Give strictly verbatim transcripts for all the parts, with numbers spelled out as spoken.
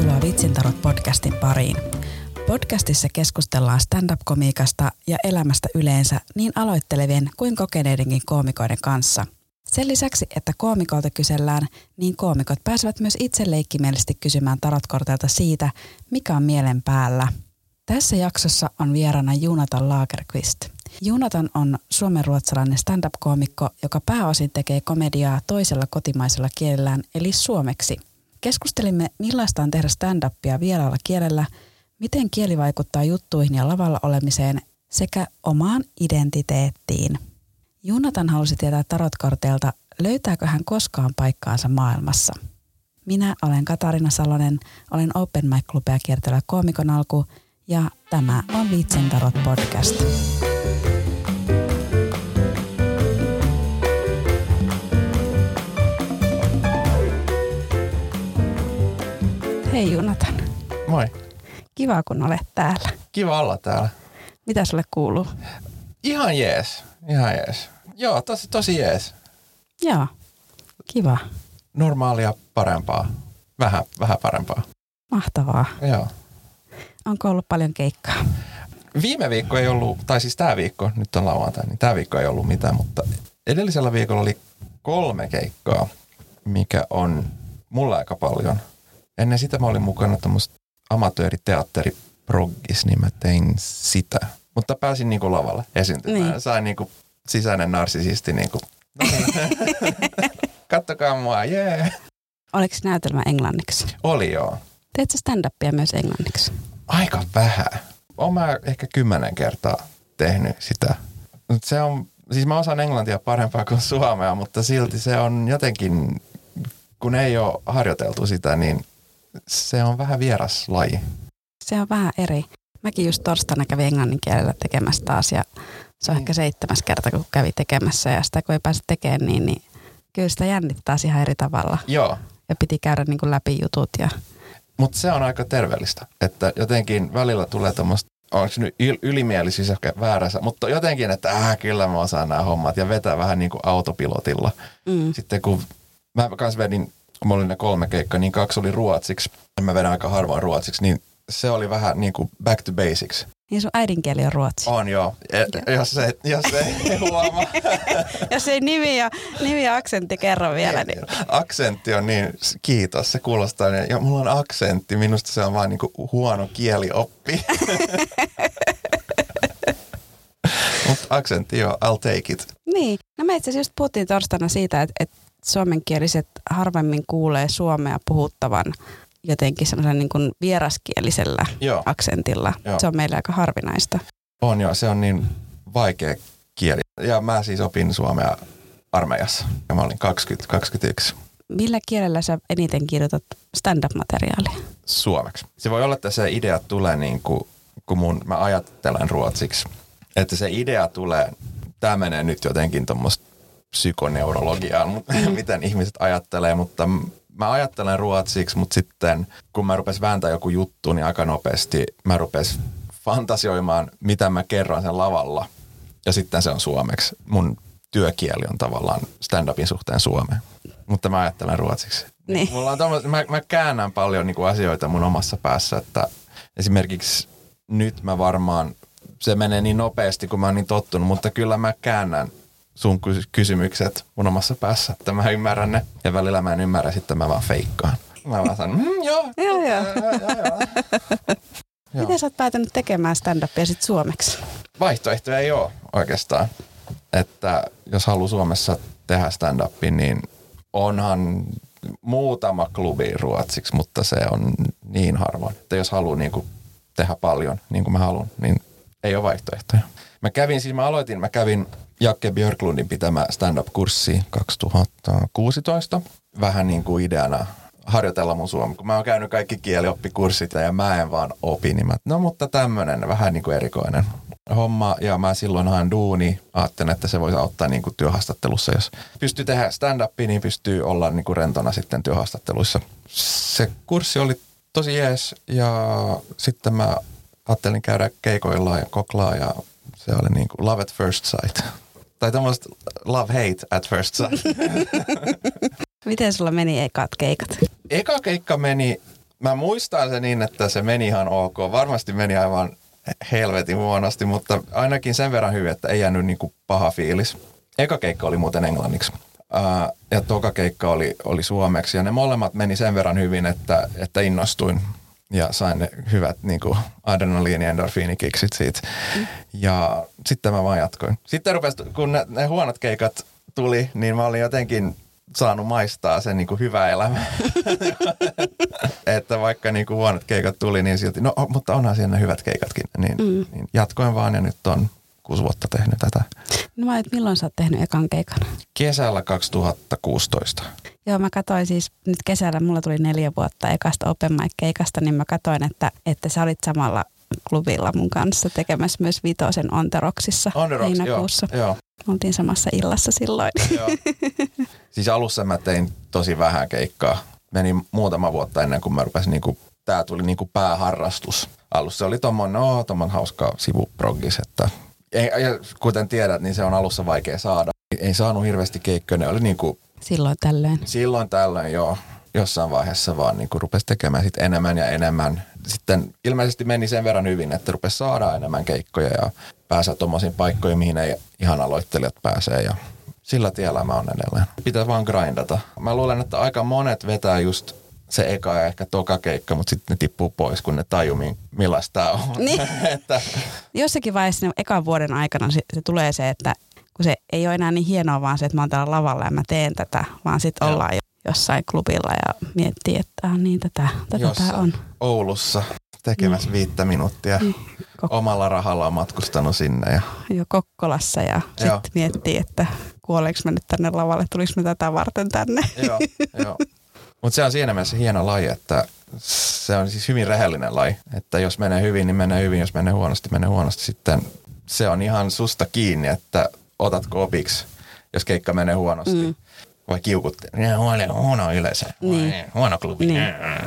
Tervetuloa Vitsintarot podcastin pariin. Podcastissa keskustellaan stand-up-komiikasta ja elämästä yleensä niin aloittelevien kuin kokeneidenkin koomikoiden kanssa. Sen lisäksi, että koomikolta kysellään, niin koomikot pääsevät myös itse leikkimielisesti kysymään tarotkorteilta siitä, mikä on mielen päällä. Tässä jaksossa on vieraana Jonathan Lagerqvist. Jonathan on suomenruotsalainen stand-up-koomikko, joka pääosin tekee komediaa toisella kotimaisella kielellään eli suomeksi. Keskustelimme, millaista on tehdä stand-upia vieraalla kielellä, miten kieli vaikuttaa juttuihin ja lavalla olemiseen sekä omaan identiteettiin. Jonathan halusi tietää tarotkorteilta, löytääkö hän koskaan paikkaansa maailmassa. Minä olen Katarina Salonen, olen Open Mic Clubia kiertelevä koomikon alku ja tämä on Vitsintarot podcast. Hei Jonathan. Moi. Kiva kun olet täällä. Kiva olla täällä. Mitä sulle kuuluu? Ihan jees. Ihan jees. Joo, tosi, tosi jees. Joo, kiva. Normaalia parempaa. Vähän, vähän parempaa. Mahtavaa. Joo. Onko ollut paljon keikkaa? Viime viikko ei ollut, tai siis tämä viikko, nyt on lauantai, niin tämä viikko ei ollut mitään, mutta edellisellä viikolla oli kolme keikkaa, mikä on mulla aika paljon. Ennen sitä mä olin mukana tämmöistä amatööriteatteriproggis, niin mä tein sitä. Mutta pääsin niinku lavalle esiintymään. Niin. Sain niinku sisäinen narsisisti niinku, kattokaa mua, jee. Yeah. Oliko näytelmä englanniksi? Oli joo. Teet sä stand-upia myös englanniksi? Aika vähän. Oon mä ehkä kymmenen kertaa tehnyt sitä. Se on, siis mä osaan englantia parempaa kuin suomea, mutta silti se on jotenkin, kun ei ole harjoiteltu sitä, niin se on vähän vieras laji. Se on vähän eri. Mäkin just torstaina kävin englannin kielellä tekemässä taas ja se on mm. ehkä seitsemäs kerta, kun kävi tekemässä ja sitä kun ei pääse tekemään, niin, niin kyllä sitä jännittää ihan eri tavalla. Joo. Ja piti käydä niin kuin läpi jutut. Ja... Mutta se on aika terveellistä, että jotenkin välillä tulee tämmöistä, onko se nyt yl- ylimielisyys ehkä väärässä, mutta jotenkin, että äh, kyllä mä osaan nämä hommat ja vetää vähän niin kuin autopilotilla. Mm. Sitten kun mä kans vedin, kun mä olin ne kolme keikkaa, niin kaksi oli ruotsiksi. Mä vedän aika harvoin ruotsiksi, niin se oli vähän niin kuin back to basics. Niin sun äidinkieli on ruotsi. On joo, e, jos, ei, jos ei huomaa. Jos ei nimi ja, nimi ja aksentti kerro vielä. Niin. Aksentti on niin, kiitos, se kuulostaa. Ja mulla on aksentti, minusta se on vaan niin kuin huono kielioppi. Mutta aksentti joo, I'll take it. Niin, no me itse asiassa just puhuttiin torstaina siitä, että, että suomenkieliset harvemmin kuulee suomea puhuttavan jotenkin semmoisen niin kuin vieraskielisellä joo. aksentilla. Joo. Se on meille aika harvinaista. On joo, se on niin vaikea kieli. Ja mä siis opin suomea armeijassa. Ja mä olin kaksikymmentä kaksikymmentäyksi. Millä kielellä sä eniten kirjoitat stand-up-materiaalia? Suomeksi. Se voi olla, että se idea tulee niin kuin, kun mun, mä ajattelen ruotsiksi. Että se idea tulee, tää menee nyt jotenkin tuommoista psykoneurologiaan, mm. miten ihmiset ajattelee, mutta mä ajattelen ruotsiksi, mutta sitten kun mä rupesin vääntämään joku juttu, niin aika nopeasti mä rupesin fantasioimaan, mitä mä kerron sen lavalla. Ja sitten se on suomeksi. Mun työkieli on tavallaan stand-upin suhteen suomea. Mutta mä ajattelen ruotsiksi. Niin. Mulla on tommoista, mä, mä käännän paljon niin kuin asioita mun omassa päässä, että esimerkiksi nyt mä varmaan, se menee niin nopeasti, kun mä oon niin tottunut, mutta kyllä mä käännän sun kysymykset mun omassa päässä, että mä ymmärrän ne. Ja välillä mä en ymmärrä, sitten mä vaan feikkaan. Mä vaan sanon, mm, joo. Joo, joo. Miten sä oot päätänyt tekemään stand-upia sit suomeksi? Vaihtoehtoja ei ole oikeastaan. Että jos haluaa Suomessa tehdä stand-upin, niin onhan muutama klubi ruotsiksi, mutta se on niin harvoin. Että jos haluaa niin kuin tehdä paljon, niin kuin mä haluan, niin ei ole vaihtoehtoja. Mä kävin, siis mä aloitin, mä kävin Jakke Björklundin pitämä stand-up-kurssi kaksituhattakuusitoista. Vähän niin kuin ideana harjoitella mun suomea. Kun mä oon käynyt kaikki kielioppikurssit ja mä en vaan opi, niin mä, no mutta tämmönen vähän niin kuin erikoinen homma. Ja mä silloin haen duuni. Ajattelin, että se voisi auttaa niin kuin työhaastattelussa. Jos pystyy tehdä stand-upia, niin pystyy olla niin kuin rentona sitten työhaastatteluissa. Se kurssi oli tosi jees ja sitten mä ajattelin käydä keikoilla ja koklaa ja se oli niin kuin love at first sight. Tai tämmöistä love hate at first sight. Miten sulla meni ekat keikat? Eka keikka meni Mä muistan se niin, että se meni ihan ok. Varmasti meni aivan helvetin huonosti, mutta ainakin sen verran hyvin, että ei jäänyt niinku paha fiilis. Eka keikka oli muuten englanniksi. Uh, ja toka keikka oli, oli suomeksi. Ja ne molemmat meni sen verran hyvin, että, että innostuin. Ja sain ne hyvät niinku adrenaliini- ja endorfiinikiksit siitä. Mm. Ja sitten mä vaan jatkoin. Sitten rupesi, kun ne, ne huonot keikat tuli, niin mä olin jotenkin saanut maistaa sen niinku hyvää elämää. Että vaikka niinku huonot keikat tuli, niin silti, no mutta onhan siellä ne hyvät keikatkin. Niin, mm. niin jatkoin vaan ja nyt on kuusi vuotta tehnyt tätä. No mä et, milloin sä oot tehnyt ekan keikan? Kesällä kaksituhattakuusitoista. Joo, mä katsoin siis nyt kesällä, mulla tuli neljä vuotta ekasta open mic-keikasta, niin mä katsoin, että, että sä olit samalla klubilla mun kanssa tekemässä myös Vitosen On The Rocksissa heinäkuussa. Joo, joo. Oltiin samassa illassa silloin. Joo. Siis alussa mä tein tosi vähän keikkaa. Meni muutama vuotta ennen kuin mä rupesin, niinku, tää tuli niinku pääharrastus. Alussa oli tommonen, no, tommonen hauska sivuprogis, että ja kuten tiedät, niin se on alussa vaikea saada. Ei saanut hirveästi keikkoja, ne oli niinku silloin tällöin. Silloin tällöin, joo. Jossain vaiheessa vaan niinku rupesi tekemään sit enemmän ja enemmän. Sitten ilmeisesti meni sen verran hyvin, että rupesi saada enemmän keikkoja ja pääsee tommosiin paikkoihin, mihin ei ihan aloittelijat pääsee. Ja sillä tiellä mä oon edelleen. Pitää vaan grindata. Mä luulen, että aika monet vetää just se eka ja ehkä toka keikka, mutta sitten ne tippuu pois, kun ne tajuu, millaista tää on. Niin. että jossakin vaiheessa ekan vuoden aikana se, se tulee se, että kun se ei ole enää niin hienoa vaan se, että mä oon täällä lavalla ja mä teen tätä, vaan sitten ollaan jo jossain klubilla ja miettii, että niin tätä, tätä tää on. Oulussa tekemässä mm. viittä minuuttia. Mm. Kok- Omalla rahalla on matkustanut sinne. Ja jo Kokkolassa ja sitten miettii, että kuoleeko mä nyt tänne lavalle, tuliko mä tätä varten tänne. Joo, joo. Mutta se on siinä mielessä hieno laji, että se on siis hyvin rehellinen laji. Että jos menee hyvin, niin menee hyvin. Jos menee huonosti, menee huonosti. Sitten se on ihan susta kiinni, että otatko opiksi, jos keikka menee huonosti. Mm. Vai kiukuttelee. Huono, huono yleisö. Niin. Huono klubi. Niin.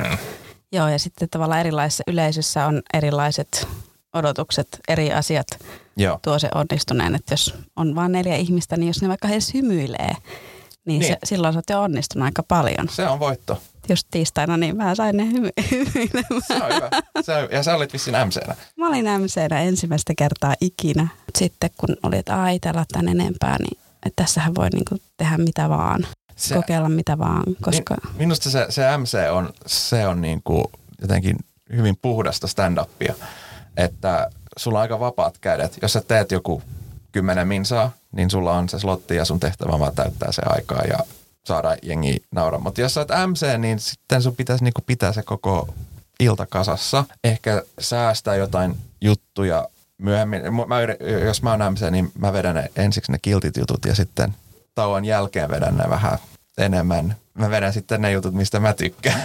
Joo, ja sitten tavallaan erilaisissa yleisössä on erilaiset odotukset, eri asiat. Joo. Tuo se onnistuneen. Että jos on vain neljä ihmistä, niin jos ne vaikka edes hymyilee, niin, niin. Se, silloin sä oot jo onnistunut aika paljon. Se on voitto. Just tiistaina, niin mä sain ne hymy- hymyilemään. Se on hyvä. Se on, ja sä olit vissiin M C:nä. Mä olin M C:nä ensimmäistä kertaa ikinä. Sitten kun oli, että ai, täällä tämän enempää, niin että tässähän voi niinku tehdä mitä vaan. Se, kokeilla mitä vaan, koska Min, minusta se, se M C on, se on niinku jotenkin hyvin puhdasta stand-upia. Että sulla on aika vapaat kädet. Jos sä teet joku kymmenen minsaa, niin sulla on se slotti ja sun tehtävä vaan täyttää se aikaa ja saada jengi nauraa. Mutta jos sä oot M C, niin sitten sun pitäisi niinku pitää se koko ilta kasassa. Ehkä säästää jotain juttuja myöhemmin. Mä, jos mä oon M C, niin mä vedän ne, ensiksi ne kiltit jutut ja sitten tauon jälkeen vedän ne vähän enemmän. Mä vedän sitten ne jutut, mistä mä tykkään.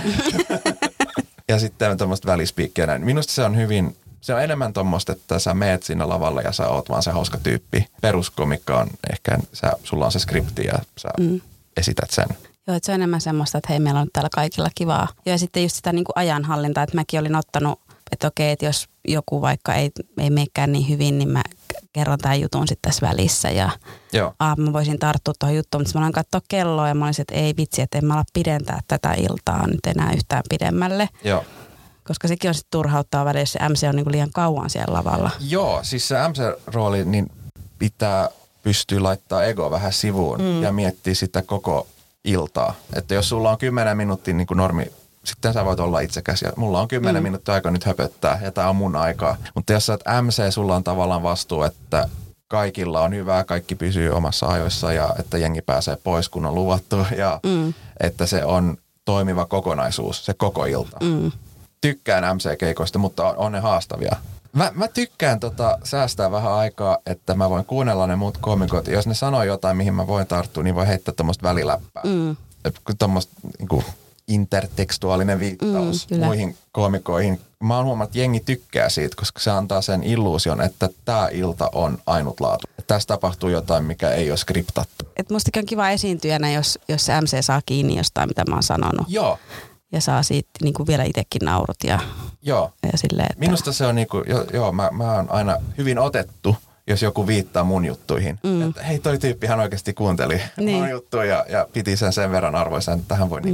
ja sitten tuommoista välispiikkiä näin. Minusta se on hyvin, se on enemmän tuommoista, että sä meet sinne lavalle ja sä oot vaan se hauska tyyppi. Peruskomikka on ehkä, sä, sulla on se skripti ja sä mm. esität sen. Joo, että se on enemmän semmoista, että hei, meillä on täällä kaikilla kivaa. Ja sitten just sitä niin kuin ajanhallintaa, että mäkin olin ottanut, että okei, että jos joku vaikka ei, ei meekään niin hyvin, niin mä kerron tämän jutun sitten tässä välissä ja aah, mä voisin tarttua tuohon juttuun, mutta mä aloin katsoa kelloa ja mä olisin, että ei vitsi, että en mä ala pidentää tätä iltaa nyt enää yhtään pidemmälle. Joo. Koska sekin on sitten turhauttaa välillä, jos se M C on niinku liian kauan siellä lavalla. Joo, siis se M C-rooli, niin pitää pystyä laittaa ego vähän sivuun mm. ja miettiä sitä koko iltaa. Että jos sulla on kymmenen minuuttia niin kuin normi, sitten sä voit olla itsekäs ja mulla on kymmenen mm. minuuttia aika nyt höpöttää ja tää on mun aikaa. Mutta jos sä oot M C, sulla on tavallaan vastuu, että kaikilla on hyvää, kaikki pysyy omassa ajoissa ja että jengi pääsee pois, kun on luvattu ja mm. että se on toimiva kokonaisuus, se koko ilta. Mm. Tykkään M C-keikoista, mutta on, on ne haastavia. Mä, mä tykkään tota, säästää vähän aikaa, että mä voin kuunnella ne muut koomikot. Jos ne sanoo jotain, mihin mä voin tarttua, niin voi heittää tommoista väliläppää. Mm. Tommoista niin intertekstuaalinen viittaus mm, muihin koomikoihin. Mä oon huomannut, että jengi tykkää siitä, koska se antaa sen illuusion, että tää ilta on ainutlaatu. Että tässä tapahtuu jotain, mikä ei ole skriptattu. Et mustakin on kiva esiintyjänä, jos, jos se M C saa kiinni jostain, mitä mä oon sanonut. Joo. Ja saa siitä niin kuin vielä itsekin naurut. Ja, joo. Ja silleen, että minusta se on niin kuin, jo, joo, mä, mä oon aina hyvin otettu, jos joku viittaa mun juttuihin. Mm. Että hei, toi tyyppi hän oikeasti kuunteli niin. mun juttuja ja, ja piti sen sen verran arvoisen, että hän voi mm. niin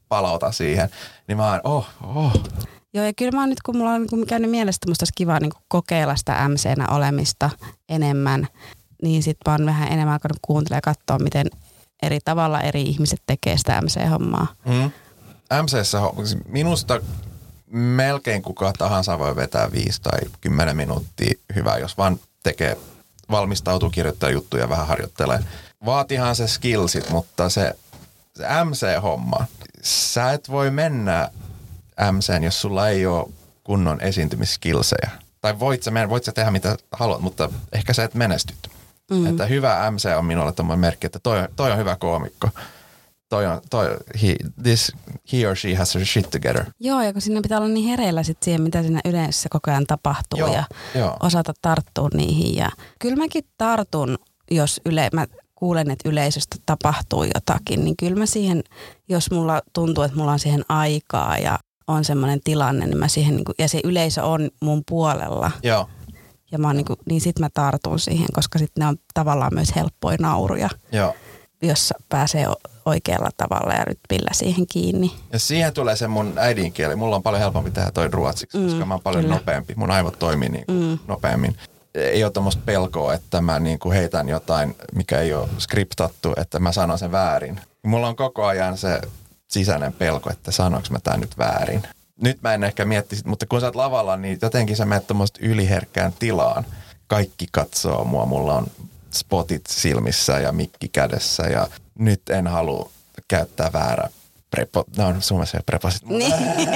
palauta siihen. Niin mä oon, oh, oh. Joo, ja kyllä mä oon nyt, kun mulla on niin käynyt mielestä, musta olisi kiva niin kokeilla sitä M C:nä olemista enemmän, niin sit mä oon vähän enemmän alkanut kuuntelemaan ja katsoa, miten eri tavalla eri ihmiset tekee sitä M C-hommaa. Mm. M C:ssä minusta melkein kuka tahansa voi vetää viisi tai kymmenen minuuttia hyvää, jos vaan tekee, valmistautuu, kirjoittaa juttuja ja vähän harjoittelee. Vaatihan se skillsit, mutta se, se M C-homma, sä et voi mennä M C:n, jos sulla ei ole kunnon esiintymiskilsejä. Tai voit sä, voit sä tehdä mitä haluat, mutta ehkä sä et menestyt. Mm. Että hyvä M C on minulle tommoinen merkki, että toi, toi on hyvä koomikko. Toi on, toi, he, this, he or she has her shit together. Joo, ja kun sinne pitää olla niin hereillä sit siihen, mitä siinä yleensä koko ajan tapahtuu joo, ja jo. osata tarttua niihin. Ja kyllä mäkin tartun, jos yle, mä kuulen, että yleisöstä tapahtuu jotakin, niin kyllä mä siihen, jos mulla tuntuu, että mulla on siihen aikaa ja on semmoinen tilanne, niin mä siihen, niin kuin, ja se yleisö on mun puolella. Joo. Ja mä oon niin, kuin, niin sit mä tartun siihen, koska sitten ne on tavallaan myös helppoja nauruja, joo. jossa pääsee oikealla tavalla ja rytmillä siihen kiinni. Ja siihen tulee se mun äidinkieli. Mulla on paljon helpompi tehdä toi ruotsiksi, mm, koska mä oon paljon kyllä. nopeampi. Mun aivot toimii niin kuin mm. nopeammin. Ei ole tommoista pelkoa, että mä niin kuin heitän jotain, mikä ei ole skriptattu, että mä sanon sen väärin. Mulla on koko ajan se sisäinen pelko, että sanoinko mä tää nyt väärin. Nyt mä en ehkä miettisi, mutta kun sä oot lavalla, niin jotenkin sä menet tommoista yliherkkään tilaan. Kaikki katsoo mua, mulla on spotit silmissä ja mikki kädessä ja nyt en halua käyttää väärä prepo... No Suomessa ei preposit. Niin.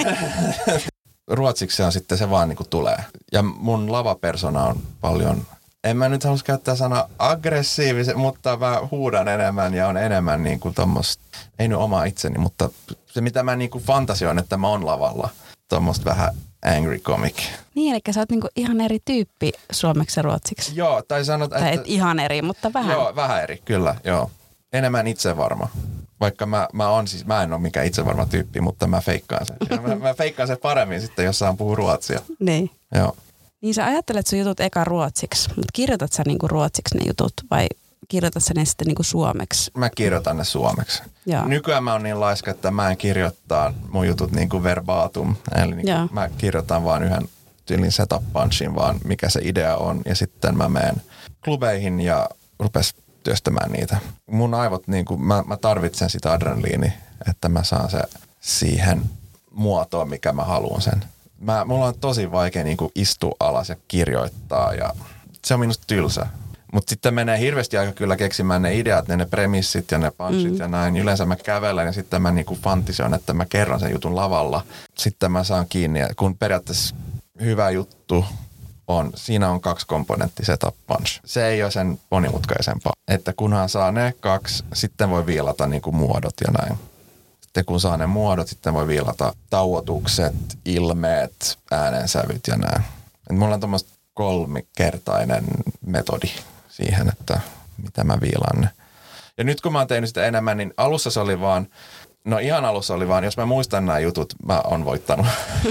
Ruotsiksi se on sitten, se vaan niinku tulee. Ja mun lavapersona on paljon, en mä nyt halus käyttää sanaa aggressiivisen, mutta mä huudan enemmän ja on enemmän niinku tommoista, ei nyt oma itseni, mutta se mitä mä niinku fantasioin, että mä oon lavalla, tommoista vähän angry comic. Niin, eli sä oot niinku ihan eri tyyppi suomeksi ja ruotsiksi. Joo, tai sanot, tai että... et ihan eri, mutta vähän. Joo, vähän eri, kyllä, joo. Enemmän itsevarma. Vaikka mä, mä on siis, mä en ole mikään itsevarma tyyppi, mutta mä feikkaan sen. Ja mä, mä feikkaan sen paremmin sitten, jos saan puhua ruotsia. Niin. Joo. Niin sä ajattelet sun jutut eka ruotsiksi, mutta kirjoitat sä niinku ruotsiksi ne jutut vai kirjoitat sä ne sitten niinku suomeksi? Mä kirjoitan ne suomeksi. Joo. Nykyään mä oon niin laiska, että mä en kirjoittaa mun jutut niinku verbatum. Eli niinku mä kirjoitan vaan yhden tyylin setup punchin, vaan mikä se idea on. Ja sitten mä menen klubeihin ja rupes työstämään niitä. Mun aivot, niinku, mä, mä tarvitsen sitä adrenaliini, että mä saan se siihen muotoon, mikä mä haluan sen. Mä, mulla on tosi vaikea niinku istua alas ja kirjoittaa ja se on minusta tylsä. Mutta sitten menee hirveästi aika kyllä keksimään ne ideat, ne, ne premissit ja ne punchit mm. ja näin. Yleensä mä kävelen ja sitten mä niinku fantisoin, että mä kerron sen jutun lavalla. Sitten mä saan kiinni, kun periaatteessa hyvä juttu on, siinä on kaksi komponenttia setup punch. Se ei ole sen monimutkaisempaa. Että kunhan saa ne kaksi, sitten voi viilata niinku muodot ja näin. Sitten kun saa ne muodot, sitten voi viilata tauotukset, ilmeet, äänensävyt ja näin. Et mulla on tommoista kolmikertainen metodi siihen, että mitä mä viilaan ne. Ja nyt kun mä oon tehnyt sitä enemmän, niin alussa se oli vaan, no ihan alussa oli vaan, jos mä muistan nämä jutut, mä oon voittanut.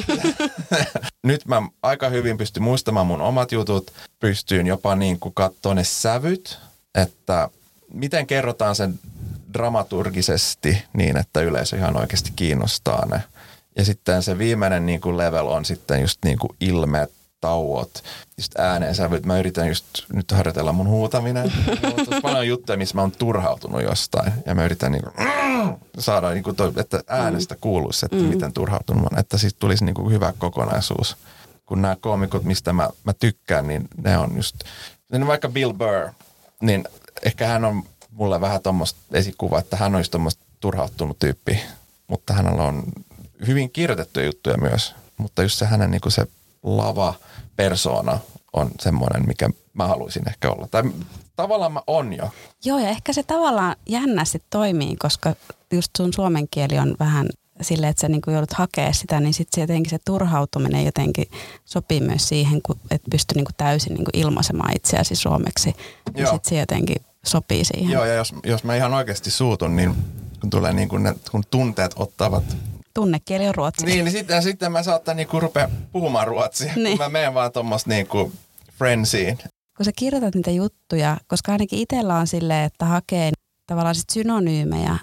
Nyt mä aika hyvin pystyn muistamaan mun omat jutut, pystyn jopa niin kuin katsoa ne sävyt, että miten kerrotaan sen dramaturgisesti niin, että yleisö ihan oikeasti kiinnostaa ne. Ja sitten se viimeinen niin kuin level on sitten just niin kuin ilmeet, tauot, just äänensävyt. Mä yritän just nyt harjoitella mun huutaminen. Mulla on paljon juttuja, missä mä oon turhautunut jostain. Ja mä yritän niinku saada, niinku toi, että äänestä kuuluisi, että mm. miten turhautunut on. Että siis tulisi niinku hyvä kokonaisuus. Kun nämä koomikot, mistä mä, mä tykkään, niin ne on just, niin vaikka Bill Burr, niin ehkä hän on mulle vähän tommoista esikuva, että hän olisi tommoista turhautunut tyyppi. Mutta hänellä on hyvin kirjoitettuja juttuja myös. Mutta just se hänen niinku se lava persona on semmoinen, mikä mä haluaisin ehkä olla. Tai tavallaan mä on jo. Joo, ja ehkä se tavallaan jännästi toimii, koska just sun suomen kieli on vähän silleen, että sä niinku joudut hakemaan sitä, niin sitten jotenkin se turhautuminen jotenkin sopii myös siihen, kun et pysty niinku täysin niinku ilmaisemaan itseäsi suomeksi. Ja sitten se jotenkin sopii siihen. Joo, ja jos, jos mä ihan oikeasti suutun, niin kun tulee niinku ne, kun tunteet ottavat tunnekieli on ruotsi. Niin, niin sitten, sitten mä saattaa niinku rupea puhumaan ruotsia, niin. Kun mä menen vaan tuommoista niinku frenziin. Kun sä kirjoitat niitä juttuja, koska ainakin itsellä on silleen, että hakee tavallaan sit synonyymejä,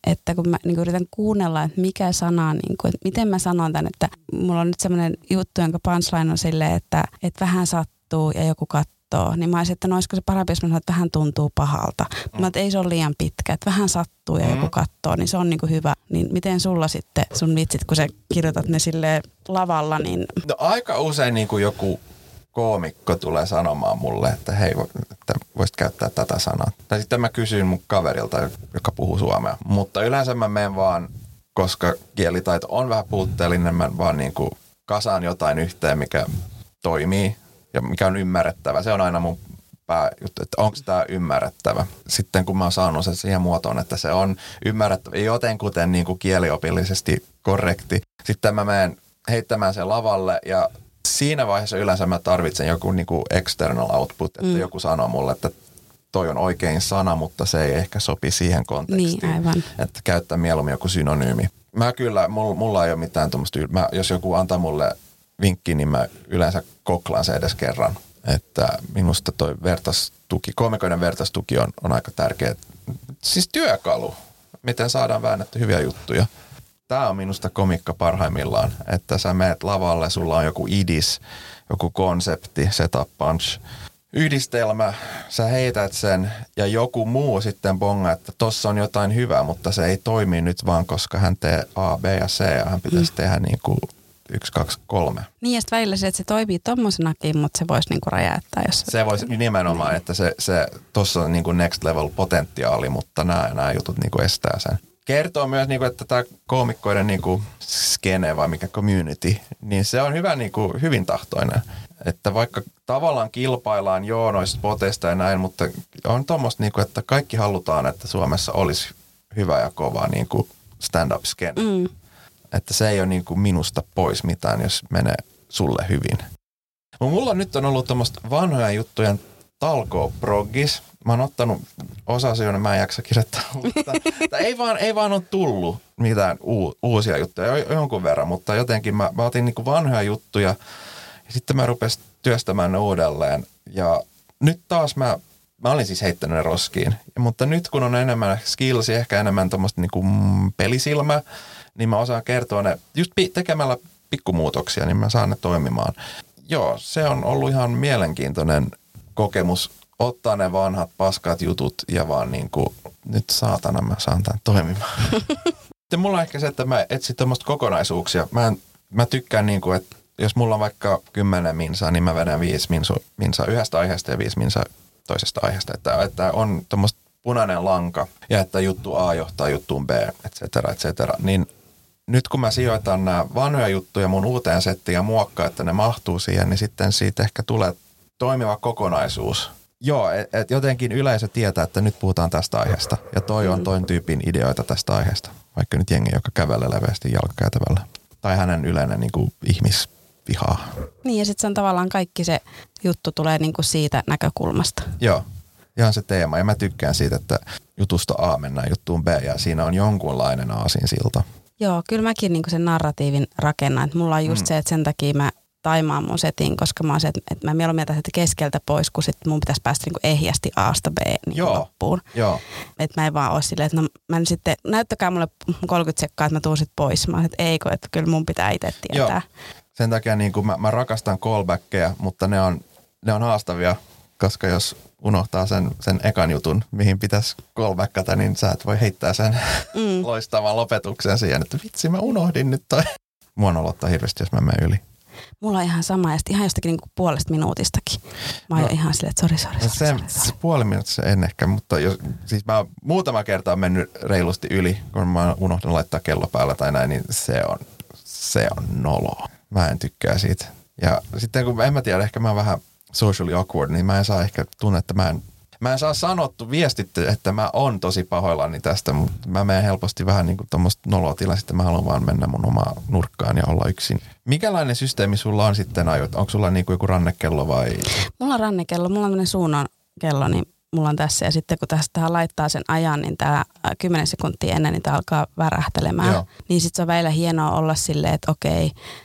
että kun mä niin kuin yritän kuunnella, että mikä sana, niin kuin, että miten mä sanon tämän, että mulla on nyt semmoinen juttu, jonka punchline on silleen, että, että vähän sattuu ja joku katsoo, niin mä olisin, että no olisiko se parempi, jos mä sanon, että vähän tuntuu pahalta. Mm. Mä että ei se ole liian pitkä, että vähän sattuu ja mm. joku katsoo, niin se on niin kuin hyvä. Niin miten sulla sitten sun vitsit, kun sä kirjoitat ne silleen lavalla, niin... No aika usein niin kuin joku koomikko tulee sanomaan mulle, että hei, että voisit käyttää tätä sanaa. Tai sitten mä kysyin mun kaverilta, joka puhuu suomea. Mutta yleensä mä menen vaan, koska kielitaito on vähän puutteellinen, mä vaan niin kuin kasaan jotain yhteen, mikä toimii ja mikä on ymmärrettävä. Se on aina mun pääjuttu, että onko tämä ymmärrettävä. Sitten kun mä oon saanut sen siihen muotoon, että se on ymmärrettävä, jotenkuten niin kuin kieliopillisesti korrekti. Sitten mä menen heittämään sen lavalle ja siinä vaiheessa yleensä mä tarvitsen joku niin kuin external output, että mm. joku sanoo mulle, että toi on oikein sana, mutta se ei ehkä sopi siihen kontekstiin. Niin, aivan. Että käyttää mieluummin joku synonyymi. Mä kyllä, mulla, mulla ei ole mitään tuommoista, jos joku antaa mulle vinkki, niin mä yleensä koklaan se edes kerran. Että minusta toi vertaistuki, koomikoiden vertaistuki on, on aika tärkeä. Siis työkalu, miten saadaan väännetty hyviä juttuja. Tämä on minusta komikka parhaimmillaan, että sä meet lavalle, sulla on joku idis, joku konsepti, setup punch, yhdistelmä, sä heität sen ja joku muu sitten bongaa, että tossa on jotain hyvää, mutta se ei toimi nyt vaan, koska hän tee A, B ja C ja hän pitäisi mm. tehdä niin kuin yksi, kaksi, kolme. Niin ja sitten välillä se, että se toimii tommosenakin, mutta se voisi niinku räjäyttää. Jos se voisi nimenomaan, niin. Että se, se tossa on niinku next level potentiaali, mutta nämä, nämä jutut niinku estää sen. Kertoo myös, että tämä koomikkoiden niinku skene vai mikä community, niin se on hyvä, niinku, hyvin tahtoinen. Että vaikka tavallaan kilpaillaan joo noista spoteista ja näin, mutta on tuommoista, niinku, että kaikki halutaan, että Suomessa olisi hyvä ja kova niinku stand-up skene. Mm. Että se ei ole niinku minusta pois mitään, jos menee sulle hyvin. Mulla nyt on ollut tuommoista vanhoja juttuja talkoo-proggis. Mä oon ottanut osa asioita, mä en jaksa kirjoittaa, mutta ei vaan, ei vaan ole tullut mitään uu, uusia juttuja jonkun verran, mutta jotenkin mä, mä otin niinku vanhoja juttuja ja sitten mä rupesin työstämään ne uudelleen. Ja nyt taas mä, mä olin siis heittänyt ne roskiin, mutta nyt kun on enemmän skillsi, ehkä enemmän tommoista niinku pelisilmä, niin mä osaan kertoa ne just tekemällä pikkumuutoksia, niin mä saan ne toimimaan. Joo, se on ollut ihan mielenkiintoinen kokemus ottaa ne vanhat paskat jutut ja vaan niin kuin, nyt saatana mä saan tämän toimimaan. Sitten mulla on ehkä se, että mä etsin tämmöistä kokonaisuuksia. Mä, en, mä tykkään niin kuin, että jos mulla on vaikka kymmenen minsaa, niin mä vedän viisi minsa, minsa yhdestä aiheesta ja viisi minsa toisesta aiheesta. Että, että on tämmöistä punainen lanka ja että juttu A johtaa juttuun B, et cetera, et cetera. Niin nyt kun mä sijoitan nämä vanhoja juttuja mun uuteen settiin ja muokkaan, että ne mahtuu siihen, niin sitten siitä ehkä tulee toimiva kokonaisuus. Joo, että et jotenkin yleisö tietää, että nyt puhutaan tästä aiheesta. Ja toi on toin tyypin ideoita tästä aiheesta. Vaikka nyt jengi, joka kävelee leveästi jalkakäytävällä. Tai hänen yleinen niin kuin ihmisvihaa. Niin ja sitten se on tavallaan kaikki se juttu tulee niin kuin siitä näkökulmasta. Joo, ihan se teema. Ja mä tykkään siitä, että jutusta A mennään juttuun B ja siinä on jonkunlainen aasinsilta. Joo, kyllä mäkin niin kuin sen narratiivin rakennan. Että mulla on just mm. se, että sen takia mä taimaan mun setin, koska mä oon se, että mä mieluummin jätän sitä keskeltä pois, kun sit mun pitäisi päästä niinku ehjästi A:sta B niin loppuun. Joo. Että mä en vaan oo silleen, että no mä nyt sitten, näyttäkää mulle kolmekymmentä sekkaa, että mä tuun sit pois. Mä oon, että eikö, että kyllä mun pitää itse tietää. Joo. Sen takia niin kuin mä, mä rakastan callbackkejä, mutta ne on, ne on haastavia, koska jos unohtaa sen, sen ekan jutun, mihin pitäisi callbackata, niin sä et voi heittää sen mm. loistavan lopetuksen siihen, että vitsi mä unohdin nyt toi. Mua nolottaa hirveästi, jos mä menen yli. Mulla on ihan sama ja ihan jostakin niinku puolesta minuutistakin. Mä oon no, ihan silleen, että sori, sori, sori, se, sori, sori. Puoli minuuttia en ehkä, mutta jos, siis mä oon muutama kertaa mennyt reilusti yli, kun mä oon unohtanut laittaa kello päällä tai näin, niin se on, se on noloa. Mä en tykkää siitä. Ja sitten kun en mä tiedä, ehkä mä oon vähän socially awkward, niin mä en saa ehkä tunne, että mä en, mä en saa sanottu viestitty, että mä oon tosi pahoillani tästä, mutta mä menen helposti vähän niin kuin tommoista nolotilaa, sitten mä haluan vaan mennä mun omaan nurkkaan ja olla yksin. Mikälainen systeemi sulla on sitten ajot? Onko sulla niin kuin joku rannekello vai? Mulla on rannekello, mulla on tämmöinen suunnan kello, niin mulla on tässä ja sitten kun tästä laittaa sen ajan, niin tää kymmenen sekuntia ennen, niin tää alkaa värähtelemään. Joo. Niin sit se on välillä hienoa olla silleen, että okei,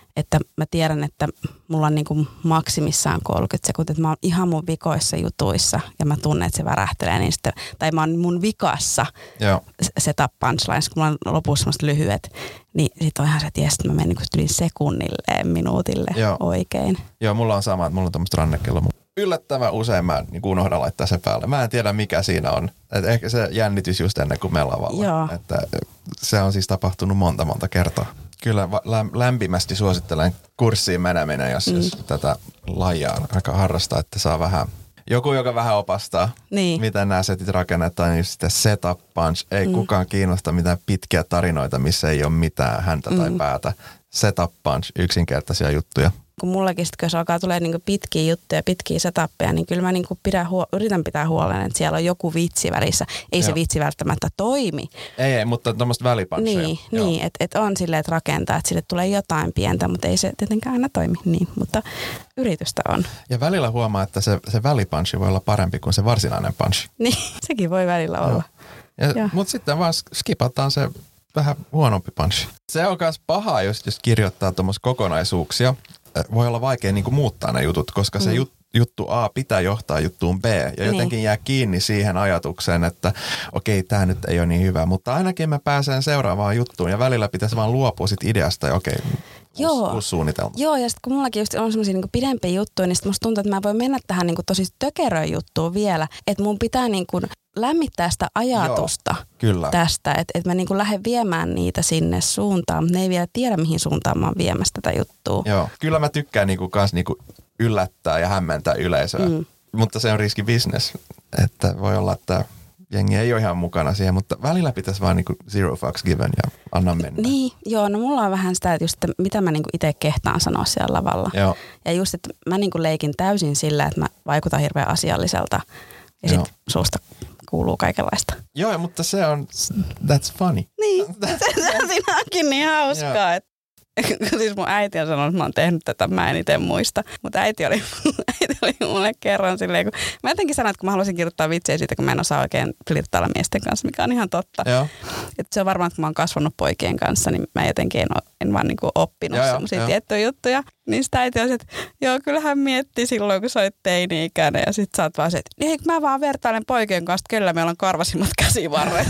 että mä tiedän, että mulla on niinku maksimissaan kolmekymmentä sekuntia, että mä oon ihan mun vikoissa jutuissa ja mä tunnen, että se värähtelee, niin sitten, tai mä oon mun vikassa Joo. setup punchlines, kun mulla on lopussa semmoista lyhyet, niin sit on ihan se, että jes, mä menen niinku yli sekunnille, minuutille Joo. oikein. Joo, mulla on sama, että mulla on tämmöistä rannekelloa. Yllättävän usein mä niin unohdan laittaa se päälle. Mä en tiedä mikä siinä on. Et ehkä se jännitys just ennen kuin me lavalla. Joo. Että se on siis tapahtunut monta monta kertaa. Kyllä lämpimästi suosittelen kurssiin meneminen, jos, mm. jos tätä lajia aika harrastaa, että saa vähän joku, joka vähän opastaa, niin. miten nämä setit rakennetaan, niin sitten setup punch. Ei mm. kukaan kiinnosta mitään pitkiä tarinoita, missä ei ole mitään häntä mm. tai päätä. Setup punch, yksinkertaisia juttuja. Kun mullakin sitten, jos alkaa tulee niinku pitkiä juttuja, pitkiä setappeja, niin kyllä mä niinku pidän huo- yritän pitää huolen, että siellä on joku vitsi välissä. Ei Joo. se vitsi välttämättä toimi. Ei, ei mutta tuommoista välipuncheja. Niin, niin että et on silleen, että rakentaa, että sille tulee jotain pientä, mutta ei se tietenkään aina toimi niin, mutta yritystä on. Ja välillä huomaa, että se, se välipunchi voi olla parempi kuin se varsinainen punch. Niin, sekin voi välillä olla. Mutta sitten vaan skipataan se vähän huonompi punchi. Se on myös paha, jos, jos kirjoittaa tuommoisia kokonaisuuksia. Voi olla vaikea niin kuin muuttaa ne jutut, koska mm. se jut, juttu A pitää johtaa juttuun B. Ja jotenkin niin. jää kiinni siihen ajatukseen, että okei, tämä nyt ei ole niin hyvä. Mutta ainakin mä pääsen seuraavaan juttuun ja välillä pitäisi vaan luopua sit ideasta ja okei, Joo. uusi suunnitelma. Joo, ja sitten kun mullakin just on semmoisia niin pidempiä juttuja, niin sitten musta tuntuu, että mä voin mennä tähän niin kuin tosi tökeröön juttuun vielä. Että mun pitää niin kuin lämmittää sitä ajatusta Joo, kyllä. tästä, että et mä niinku lähden viemään niitä sinne suuntaan, mutta ne ei vielä tiedä, mihin suuntaan mä oon viemässä tätä juttua. Joo, kyllä mä tykkään niinku kans niinku yllättää ja hämmentää yleisöä, mm. mutta se on riski business, että voi olla, että jengi ei ole ihan mukana siihen, mutta välillä pitäisi vaan niinku zero fucks given ja anna mennä. Niin, joo, no mulla on vähän sitä, että just, että mitä mä niinku itse kehtaan sanoa siellä lavalla. Joo. Ja just, että mä niinku leikin täysin sillä, että mä vaikutan hirveän asialliselta ja sitten suusta kuuluu kaikenlaista. Joo, mutta se on, that's funny. Niin, siinä onkin niin hauskaa, että siis mun äiti on sanonut, että mä oon tehnyt tätä, mä en itse muista. Mutta äiti oli, äiti oli mulle kerran silleen, kun mä jotenkin sanoin, että kun mä haluaisin kirjoittaa vitsejä siitä, kun mä en osaa oikein flirttailla miesten kanssa, mikä on ihan totta. Joo. Että se on varmaan, että kun mä oon kasvanut poikien kanssa, niin mä jotenkin en, en vaan niinku oppinut joo, semmoisia jo. tiettyjä juttuja. Niin sitä äiti on se, että joo, kyllähän miettii silloin, kun sä olet teini-ikäinen ja sit sä oot vaan se, että ei, mä vaan vertailen poikien kanssa, että kyllä meillä on karvasimmat käsivarret.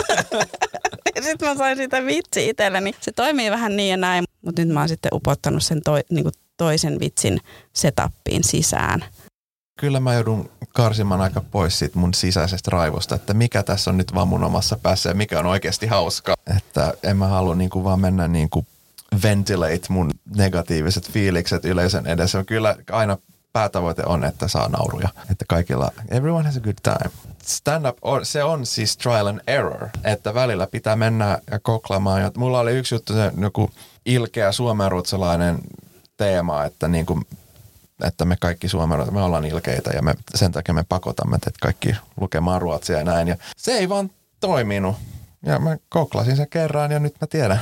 Ja sitten mä sain siitä vitsi itselleni. Se toimii vähän niin ja näin, mutta nyt mä oon sitten upottanut sen toi, niinku toisen vitsin setappiin sisään. Kyllä mä joudun karsimaan aika pois siitä mun sisäisestä raivosta, että mikä tässä on nyt vaan mun omassa päässä ja mikä on oikeasti hauskaa. Että en mä halua niinku vaan mennä niinku ventilate mun negatiiviset fiilikset yleisön edessä. Kyllä aina päätavoite on, että saa nauruja. Että kaikilla, everyone has a good time. Stand-up, on, se on siis trial and error, että välillä pitää mennä ja koklaamaan. Ja mulla oli yksi juttu, se joku ilkeä suomenruotsalainen teema, että, niin kuin, että me kaikki suomenruotsalaiset, me ollaan ilkeitä ja me, sen takia me pakotamme teitä kaikki lukemaan ruotsia ja näin. Ja se ei vaan toiminut. Ja mä koklasin sen kerran ja nyt mä tiedän.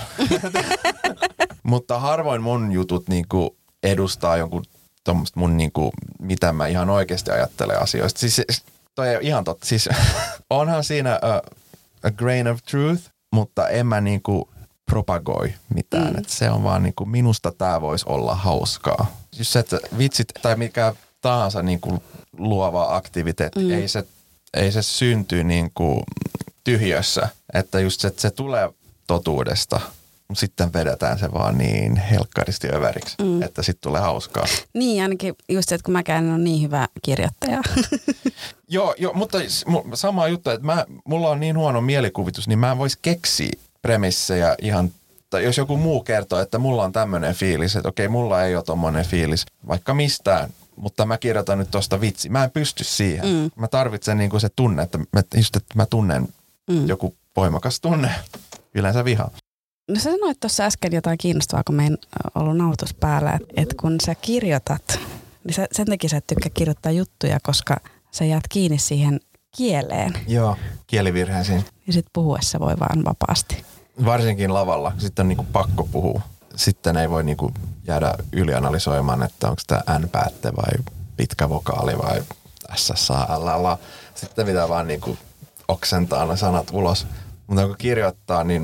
Mutta harvoin mun jutut niinku edustaa jonkun tommoista mun niinku, mitä mä ihan oikeasti ajattelen asioista. Siis toi ei ole ihan totta. Siis onhan siinä a, a grain of truth, mutta en mä niinku propagoi mitään. Mm. Et se on vaan niinku, minusta tää voisi olla hauskaa. Siis se, että vitsit tai mikä tahansa niinku luova aktiviteetti, mm. ei se, ei se synty niinku tyhjössä. Että just se, että se tulee totuudesta. Sitten vedetään se vaan niin helkkaristi överiksi, mm. että sitten tulee hauskaa. Niin, ainakin just se, että kun mäkään en ole niin hyvä kirjoittaja. joo, joo, mutta sama juttu, että mä, mulla on niin huono mielikuvitus, niin mä en vois keksiä premissejä ihan, tai jos joku muu kertoo, että mulla on tämmöinen fiilis, että okei, mulla ei ole tommoinen fiilis, vaikka mistään, mutta mä kirjoitan nyt tosta vitsi. Mä en pysty siihen. Mm. Mä tarvitsen niinku se tunne, että mä, just, että mä tunnen mm. joku voimakas tunne, yleensä viha. No sä sanoit tuossa äsken jotain kiinnostavaa, kun meidän ollut nautus päällä, että kun sä kirjoitat, niin sä, sen takia sä et tykkää kirjoittaa juttuja, koska sä jäät kiinni siihen kieleen. Joo, kielivirheisiin. Ja sit puhuessa voi vaan vapaasti. Varsinkin lavalla. Sitten on niinku pakko puhua. Sitten ei voi niinku jäädä ylianalysoimaan, että onko tämä N-päätte vai pitkä vokaali vai S S A L L. Sitten pitää vaan niinku oksentaa ne sanat ulos. Mutta kun kirjoittaa, niin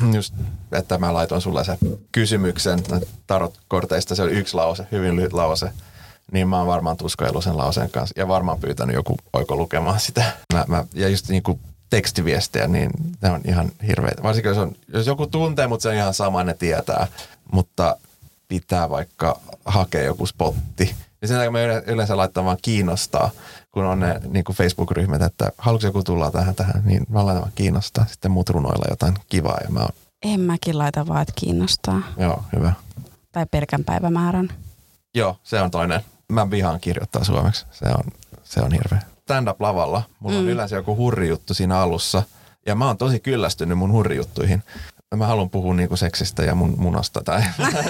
just, että mä laitoin sulle se kysymyksen tarotkorteista, se oli yksi lause, hyvin lyhyt lause, niin mä oon varmaan tuskaillut sen lauseen kanssa ja varmaan pyytänyt joku oiko lukemaan sitä. Mä, mä, ja just niinku tekstiviestejä, niin ne on ihan hirveitä. Varsinkin jos, on, jos joku tuntee, mutta se on ihan sama, ne tietää, mutta pitää vaikka hakea joku spotti. Ja sen takia me yleensä laittaa vaan kiinnostaa, kun on ne niin kuin Facebook-ryhmät, että haluatko joku tulla tähän, tähän, niin mä laitan vaan kiinnostaa. Sitten muut runoilla jotain kivaa ja mä oon... En mäkin laita vaan, että kiinnostaa. Joo, hyvä. Tai pelkän päivämäärän. Joo, se on toinen. Mä vihaan kirjoittaa suomeksi. Se on, se on hirveä. Stand-up-lavalla. Mulla mm. on yleensä joku hurrijuttu siinä alussa. Ja mä oon tosi kyllästynyt mun hurrijuttuihin. Mä haluan puhua niinku seksistä ja mun munasta. Tai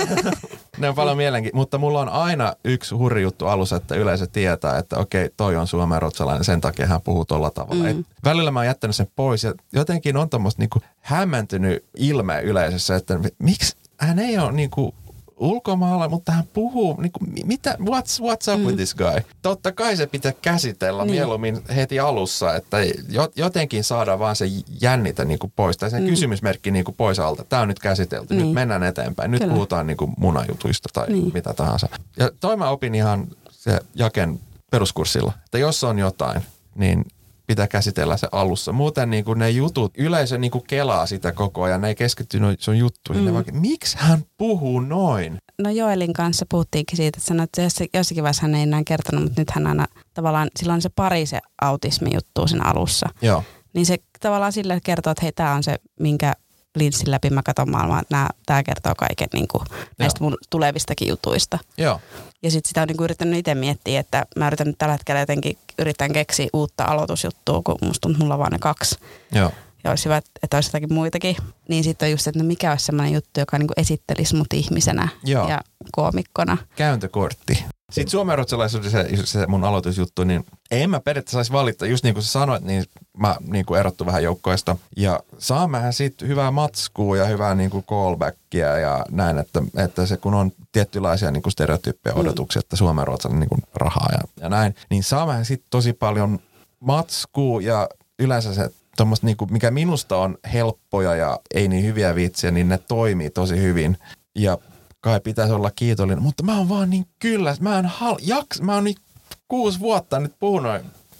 ne on paljon mielenkiintoista. Mutta mulla on aina yksi hurrijuttu alussa, että yleisö tietää, että okei, toi on suomenruotsalainen. Sen takia hän puhuu tolla tavalla. Mm. Välillä mä oon jättänyt sen pois ja jotenkin on tommoista niinku hämmentynyt ilme yleisössä, että miksi hän ei ole niinku ulkomailla, mutta hän puhuu, niin kuin, mitä, what's, what's up mm. with this guy? Totta kai se pitää käsitellä niin. Mieluummin heti alussa, että jotenkin saadaan vaan se jännitä niin kuin pois, tai sen mm. kysymysmerkki niin kuin pois alta. Tämä on nyt käsitelty, niin. Nyt mennään eteenpäin, nyt Kyllä. puhutaan niin kuin munajutuista tai niin. mitä tahansa. Ja toi mä opin ihan se Jaken peruskurssilla, että jos on jotain, niin pitää käsitellä se alussa. Muuten niin kuin ne jutut, yleisö niin kuin kelaa sitä koko ajan, ne ei keskitty sun juttuihin. Mm. Vaikka, miksi hän puhuu noin? No Joelin kanssa puhuttiinkin siitä, että sanoit, että jossakin vaiheessa hän ei enää kertonut, mutta nyt hän aina tavallaan, sillä on se pari se autismi-juttu siinä alussa. Joo. Niin se tavallaan sille kertoo, että hei, tämä on se, minkä linssin läpi mä katson maailmaa, että tämä kertoo kaiken niin kuin näistä mun tulevistakin jutuista. Joo. Ja sitten sitä on niinku yrittänyt itse miettiä, että mä yritän nyt tällä hetkellä jotenkin yritän keksiä uutta aloitusjuttua, kun musta tuntuu, että mulla on vaan ne kaksi. Joo. Ja olisi hyvä, että olisi jotakin muitakin. Niin sitten on just, että no mikä olisi sellainen juttu, joka niinku esittelisi mut ihmisenä Joo. ja koomikkona. Käyntökortti. Sitten suomenruotsalaisuudessa se, se mun aloitusjuttu, niin en mä periaatteessa saisi valita. Just niin kuin sä sanoit, niin mä niin kuin erottu vähän joukkoista. Ja saammehän siitä hyvää matskua ja hyvää niin kuin callbackia ja näin, että, että se kun on tiettylaisia niin kuin stereotyyppejä odotuksia, että suomenruotsalainen niin kuin rahaa ja, ja näin, niin saammehän sitten tosi paljon matskua ja yleensä se tommoista, niin kuin, mikä minusta on helppoja ja ei niin hyviä vitsiä, niin ne toimii tosi hyvin. Ja kai pitäisi olla kiitollinen, mutta mä oon vaan niin kyllä, mä en hal, jaks, mä oon niin kuusi vuotta nyt puhunut.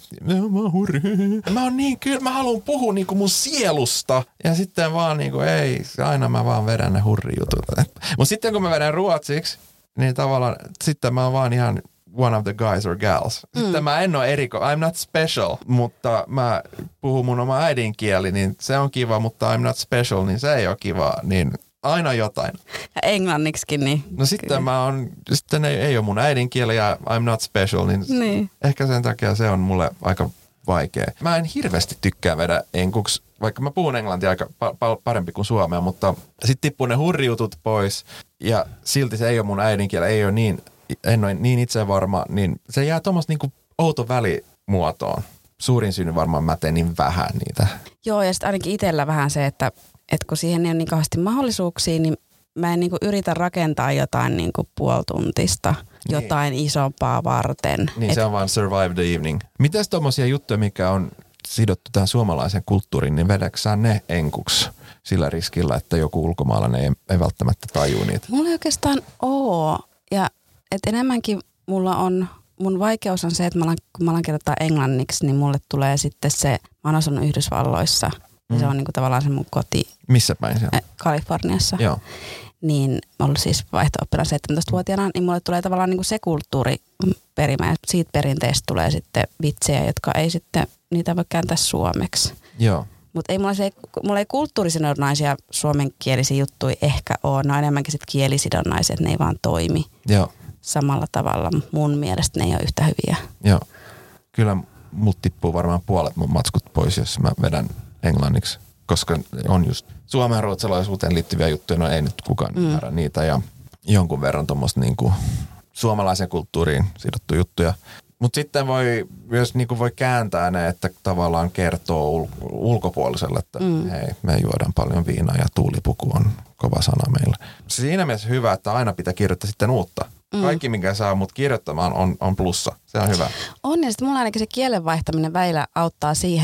Mä oon hurri. Mä oon niin kyllä, mä haluan puhua niin kuin mun sielusta. Ja sitten vaan niin kuin ei, aina mä vaan vedän ne hurrijutut. Mutta sitten kun mä vedän ruotsiksi, niin tavallaan sitten mä oon vaan ihan one of the guys or gals. Sitten mm. mä en ole eriko, I'm not special, mutta mä puhun mun oma äidinkieli, niin se on kiva, mutta I'm not special, niin se ei ole kiva, niin aina jotain. Ja englanniksikin, niin. No sitten kyllä. Mä oon, sitten ei, ei ole mun äidinkieli ja I'm not special, niin, niin ehkä sen takia se on mulle aika vaikea. Mä en hirveästi tykkää vedä enkuksi, vaikka mä puhun englantia aika pa- pa- parempi kuin suomea, mutta sitten tippuu ne hurrijutut pois ja silti se ei ole mun äidinkieli, ei ole niin, en ole niin itsevarma, niin se jää tuommoista niinku outo välimuotoon. Suurin syy varmaan mä teen niin vähän niitä. Joo, ja sitten ainakin itsellä vähän se, että että kun siihen ei ole niin kauheasti mahdollisuuksia, niin mä en niin kuin yritä rakentaa jotain niin kuin puolituntista, niin. jotain isompaa varten. Niin, Et... se on vaan survive the evening. Mitäs tommosia juttuja, mikä on sidottu tähän suomalaiseen kulttuuriin, niin vedätkö sä ne enkuksi sillä riskillä, että joku ulkomaalainen ei, ei välttämättä tajuu niitä? Mulla ei oikeastaan oo. Ja et enemmänkin mulla on, mun vaikeus on se, että mä alan, kun mä alan kirjoittaa englanniksi, niin mulle tulee sitten se, mä oon asunut Yhdysvalloissa. Mm. Se on niinku tavallaan se mun koti. Missä päin se on? Kaliforniassa. Joo. Niin mä ollut siis vaihto-oppilana seitsemäntoistavuotiaana, niin mulle tulee tavallaan niinku se kulttuuri perimä. Ja siitä perinteestä tulee sitten vitsejä, jotka ei sitten, niitä voi kääntää suomeksi. Joo. Mutta ei mulla, se, mulla ei kulttuurisidonnaisia suomenkielisiä juttuja ehkä ole. Ne on enemmänkin sitten kielisidonnaisia, että ne ei vaan toimi Joo. samalla tavalla. Mun mielestä ne ei ole yhtä hyviä. Joo. Kyllä mut tippuu varmaan puolet mun matskut pois, jos mä vedän englanniksi, koska on just suomen ja ruotsalaisuuteen liittyviä juttuja, no ei nyt kukaan mm. ymmärrä niitä ja jonkun verran tuommoista niinku suomalaisen kulttuuriin sidottu juttuja. Mutta sitten voi myös niinku voi kääntää ne, että tavallaan kertoo ul- ulkopuoliselle, että mm. hei, me juodaan paljon viinaa ja tuulipuku on kova sana meillä. Siinä mielessä hyvä, että aina pitää kirjoittaa sitten uutta. Mm. Kaikki, minkä saa mut kirjoittamaan, on, on plussa. Se on hyvä. On, ja sitten mulla ainakin se kielen vaihtaminen väillä auttaa siihen,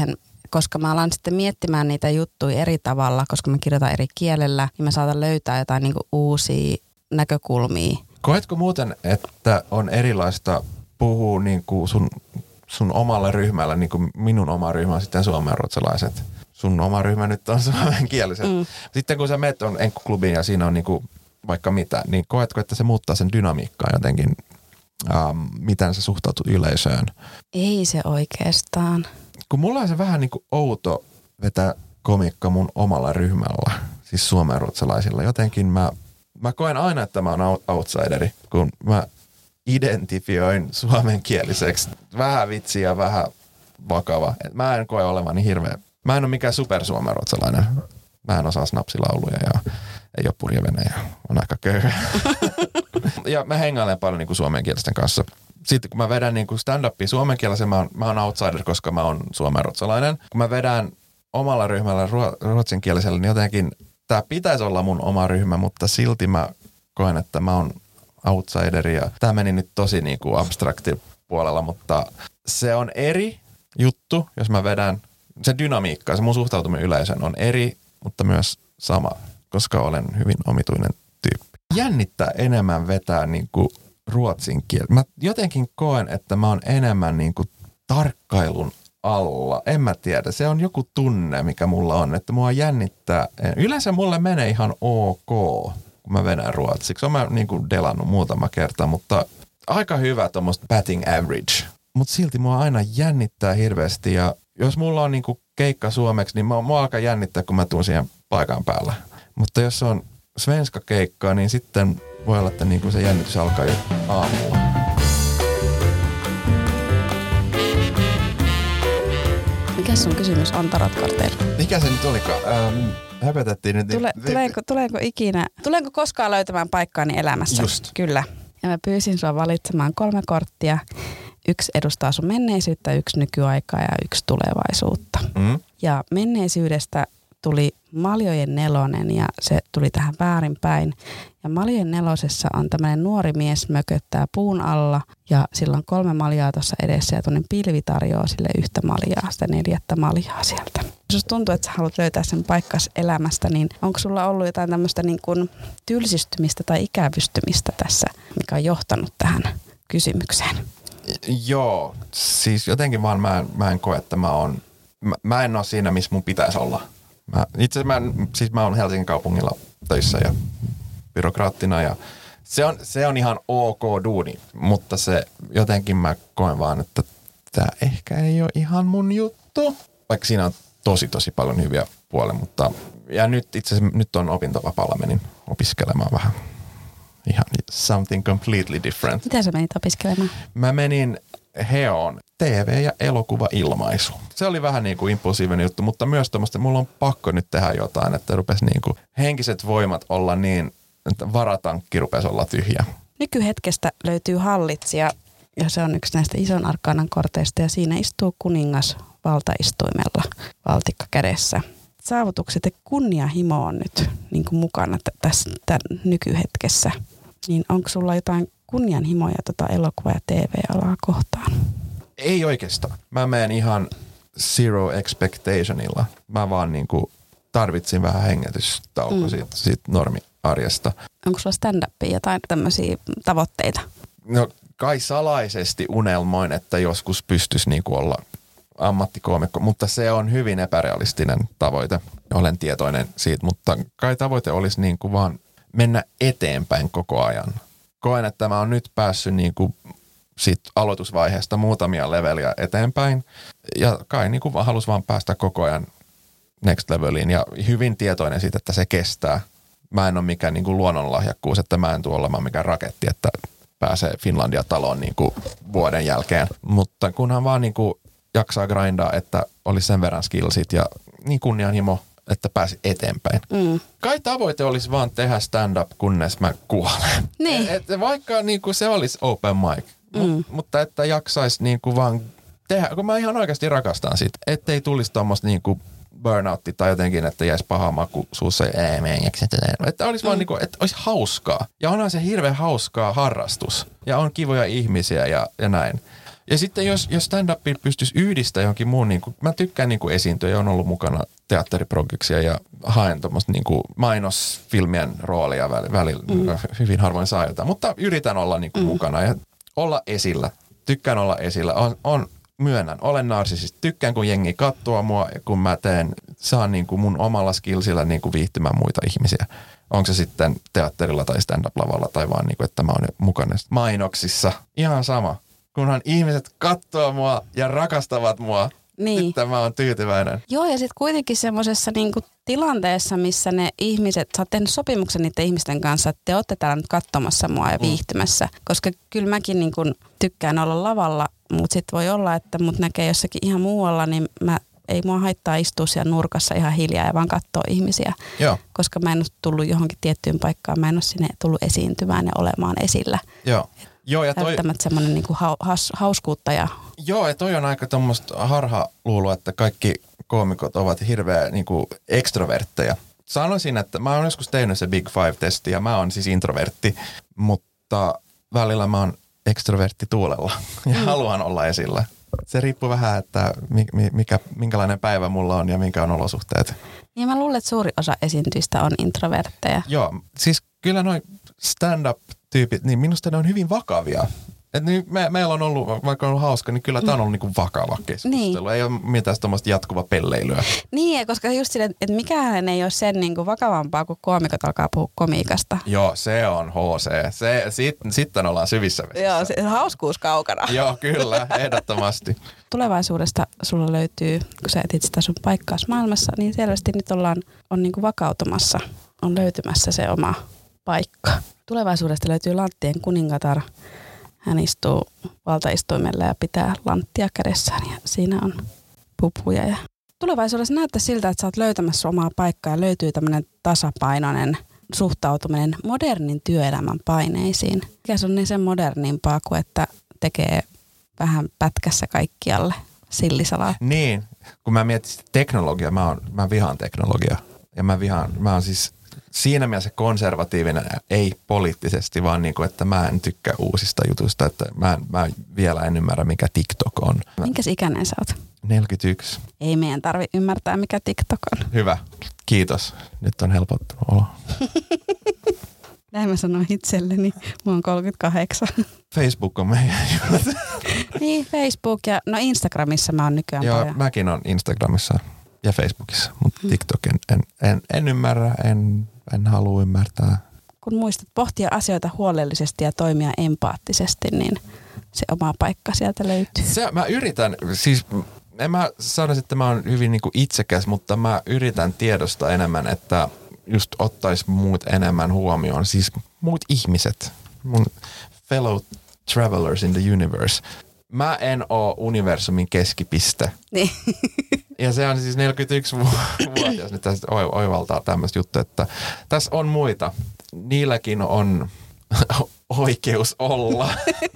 koska mä alan sitten miettimään niitä juttuja eri tavalla, koska mä kirjoitan eri kielellä, niin mä saatan löytää jotain niinku uusia näkökulmia. Koetko muuten, että on erilaista puhua niinku sun, sun omalla ryhmällä, niin kuin minun oma ryhmä on sitten suomenruotsalaiset? Sun oma ryhmä nyt on suomenkieliset. Mm. Sitten kun sä meet on enkkuklubiin ja siinä on niinku vaikka mitä, niin koetko, että se muuttaa sen dynamiikkaa jotenkin? Ähm, miten sä suhtautut yleisöön? Ei se oikeastaan. Kun mulla on se vähän niin kuin outo vetää komikka mun omalla ryhmällä, siis suomenruotsalaisilla. Jotenkin mä, mä koen aina, että mä oon outsideri, kun mä identifioin suomenkieliseksi. Vähän vitsiä, vähän vakava. Et mä en koe olevani hirveä. Mä en ole mikään supersuomenruotsalainen. Mä en osaa snapsilauluja ja ei ole purjevenejä. On aika köyhä. Ja mä hengailen paljon niin kuin suomenkielisten kanssa. Sitten kun mä vedän niin kuin stand-upia suomenkielisen, mä oon, mä oon outsider, koska mä oon suomenruotsalainen. Kun mä vedän omalla ryhmällä ruo, ruotsinkielisellä, niin jotenkin tää pitäisi olla mun oma ryhmä, mutta silti mä koen, että mä oon outsider. Ja tää meni nyt tosi niin kuin abstrakti puolella, mutta se on eri juttu, jos mä vedän. Se dynamiikka, se mun suhtautuminen yleisöön on eri, mutta myös sama, koska olen hyvin omituinen tyyppi. Jännittää enemmän vetää niin kuin ruotsin kieltä. Mä jotenkin koen, että mä oon enemmän niin kuin tarkkailun alla. En mä tiedä. Se on joku tunne, mikä mulla on, että mua jännittää. Yleensä mulle menee ihan ok, kun mä vedän ruotsiksi. Oon mä niin kuin delannut muutama kerta, mutta aika hyvä tommoista batting average. Mutta silti mua aina jännittää hirveästi ja jos mulla on niin kuin keikka suomeksi, niin mua, mua alkaa jännittää, kun mä tuun siihen paikan päällä. Mutta jos on svenska keikkaa, niin sitten voi olla, että niin kuin se jännitys alkaa jo aamulla. Mikä sun kysymys on tarotkorteilla? Mikä se nyt olikaan? Ähm, höpötettiin nyt. Tule, tuleeko, tuleeko ikinä, tuleeko koskaan löytämään paikkaani elämässä? Just. Kyllä. Ja mä pyysin sua valitsemaan kolme korttia. Yksi edustaa sun menneisyyttä, yksi nykyaikaa ja yksi tulevaisuutta. Mm. Ja menneisyydestä tuli maljojen nelonen ja se tuli tähän väärinpäin. Ja maljojen nelosessa on tämmöinen nuori mies mököttää puun alla ja sillä on kolme maljaa tuossa edessä ja tuonne pilvi tarjoaa sille yhtä maljaa, sitä neljättä maljaa sieltä. Jos tuntuu, että sä haluat löytää sen paikkas elämästä, niin onko sulla ollut jotain tämmöistä niin kuin tylsistymistä tai ikävystymistä tässä, mikä on johtanut tähän kysymykseen? Joo, siis jotenkin vaan mä en, mä en koe, että mä oon, mä, mä en ole siinä, missä mun pitäisi olla. Mä, itse asiassa mä, siis mä oon Helsingin kaupungilla töissä ja byrokraattina ja se on, se on ihan ok duuni, mutta se jotenkin mä koen vaan, että tää ehkä ei ole ihan mun juttu. Vaikka siinä on tosi tosi paljon hyviä puolia, mutta ja nyt itse asiassa nyt on opintovapaalla, menin opiskelemaan vähän. Ihan something completely different. Mitä sä menit opiskelemaan? Mä menin Heoon T V- ja elokuva-ilmaisu. Se oli vähän niin kuin impulsiivinen juttu, mutta myös tämmöistä, mulla on pakko nyt tehdä jotain, että rupesi niin kuin henkiset voimat olla niin, että varatankki rupesi olla tyhjä. Nykyhetkestä löytyy hallitsija ja se on yksi näistä ison arkaanan korteista ja siinä istuu kuningas valtaistuimella valtikka kädessä. Saavutukset ja kunnianhimo on nyt niin kuin mukana t- tässä tämän nykyhetkessä. Niin onko sulla jotain kunnianhimoja tota elokuva- ja T V-alaa kohtaan? Ei oikeastaan. Mä menen ihan zero expectationilla. Mä vaan niin kuin tarvitsin vähän hengätystauko mm. siitä, siitä normiarjesta. Onko sulla stand-upia jotain tämmöisiä tavoitteita? No kai salaisesti unelmoin, että joskus pystyisi niin kuin olla ammattikoomikko, mutta se on hyvin epärealistinen tavoite. Olen tietoinen siitä, mutta kai tavoite olisi niin kuin vaan mennä eteenpäin koko ajan. Koen, että mä oon nyt päässyt niin kuin sit aloitusvaiheesta muutamia leveliä eteenpäin ja kai niin kuin halus vaan päästä koko ajan next leveliin ja hyvin tietoinen siitä, että se kestää. Mä en ole mikään niin kuin luonnonlahjakkuus, että mä en tule olemaan mikään raketti, että pääsee Finlandia-taloon niin kuin vuoden jälkeen, mutta kunhan vaan niin kuin jaksaa grindaa, että olisi sen verran skillsit ja niin kunnianhimo, että pääsi eteenpäin. Mm. Kai tavoite olisi vaan tehdä stand-up, kunnes mä kuolen. Niin. Et, et vaikka niinku se olisi open mic, mm. mut, mutta että jaksaisi niinku vaan tehdä, kun mä ihan oikeasti rakastan sitä, ettei tulisi tommoista niinku burnoutti tai jotenkin, että jäisi paha maku suussa ja ei, mä en jaksa tätä. Että olisi mm. vaan niinku, että olisi hauskaa. Ja onhan se hirveän hauskaa harrastus. Ja on kivoja ihmisiä ja, ja näin. Ja sitten jos, jos stand-upin pystyisi yhdistämään johonkin muun, niin kuin, mä tykkään niin kuin esiintyä ja on ollut mukana teatteriprogiksia ja haen tuommoista niin kuin mainosfilmien roolia välillä. Väli, mm. Hyvin harvoin saa jotain, mutta yritän olla niin kuin mm. mukana ja olla esillä. Tykkään olla esillä. On, on myönnän, olen narsisisti. Tykkään, kun jengi katsoo mua, kun mä teen, saan niin kuin mun omalla skillsillä niin kuin viihtymään muita ihmisiä. Onko se sitten teatterilla tai stand-up-lavalla tai vaan niin kuin, että mä oon mukana mainoksissa. Ihan sama. Kunhan ihmiset katsoo mua ja rakastavat mua, niin. Sitten mä oon tyytyväinen. Joo, ja sitten kuitenkin semmoisessa niinku tilanteessa, missä ne ihmiset, sä oot tehnyt sopimuksen niiden ihmisten kanssa, että te ootte täällä nyt katsomassa mua ja viihtymässä. Mm. Koska kyllä mäkin niinku tykkään olla lavalla, mutta sitten voi olla, että mut näkee jossakin ihan muualla, niin mä, ei mua haittaa istua siellä nurkassa ihan hiljaa ja vaan katsoa ihmisiä. Joo. Koska mä en ole tullut johonkin tiettyyn paikkaan, mä en ole sinne tullut esiintymään ja olemaan esillä. Joo. Joo, ja toi... Välttämättä semmoinen niinku haus, hauskuutta ja... Joo, ja toi on aika tommoista harhaluulua, että kaikki koomikot ovat hirveä niinku ekstrovertteja. Sanoisin, että mä oon joskus tehnyt se Big Five-testi ja mä oon siis introvertti, mutta välillä mä oon ekstrovertti tuulella ja mm. haluan olla esillä. Se riippuu vähän, että mikä, minkälainen päivä mulla on ja minkä on olosuhteet. Ja mä luulen, että suuri osa esiintyjistä on introvertteja. Joo, siis kyllä noi stand-up-tyypit, niin minusta ne on hyvin vakavia. Et niin me, meillä on ollut, vaikka on ollut hauska, niin kyllä tämä on ollut niinku vakava keskustelu. Niin. Ei ole mitään tuommoista jatkuvaa pelleilyä. Niin, koska just sille, että mikään ei ole sen niinku vakavampaa, kun koomikot alkaa puhua komiikasta. Joo, se on H C. Se, sit, sitten ollaan syvissä vesissä. Joo, se hauskuus kaukana. Joo, kyllä, ehdottomasti. Tulevaisuudesta sulla löytyy, kun sä etit sitä sun paikkaas maailmassa, niin selvästi nyt ollaan on niinku vakautumassa, on löytymässä se oma paikka. Tulevaisuudesta löytyy Lanttien kuningatar. Hän istuu valtaistuimella ja pitää lanttia kädessään ja siinä on pupuja. Ja tulevaisuudessa näyttää siltä, että sä oot löytämässä omaa paikkaa ja löytyy tämmöinen tasapainoinen suhtautuminen modernin työelämän paineisiin. Mikä se on niin sen modernimpaa kuin, että tekee vähän pätkässä kaikkialle sillisalaa. Niin, kun mä mietin teknologiaa, mä, oon, mä vihaan teknologiaa ja mä vihaan, mä oon siis siinä mielessä konservatiivinen, ei poliittisesti, vaan niin kuin, että mä en tykkää uusista jutuista, että mä, en, mä vielä en ymmärrä, mikä TikTok on. Minkäs ikäinen sä oot? neljäkymmentäyksi. Ei meidän tarvi ymmärtää, mikä TikTok on. Hyvä, kiitos. Nyt on helpottunut olo. Näin mä sanoin itselleni, mä oon kolmekymmentäkahdeksan. Facebook on meidän juttu. Niin, Facebook ja no Instagramissa mä oon nykyään Joo, paljon. Mäkin on Instagramissa ja Facebookissa, mutta TikTokin en, en, en ymmärrä, en, en halua ymmärtää. Kun muistat pohtia asioita huolellisesti ja toimia empaattisesti, niin se oma paikka sieltä löytyy. Se, mä yritän, siis en mä sanoisi, että mä oon hyvin niin kuin itsekäs, mutta mä yritän tiedostaa enemmän, että just ottaisi muut enemmän huomioon. Siis muut ihmiset, mun fellow travelers in the universe. Mä en oo universumin keskipiste. Niin. Ja se on siis neljäkymmentäyksi-vuotias nyt tästä oivaltaa tämmöistä juttua, että tässä on muita. Niilläkin on oikeus olla.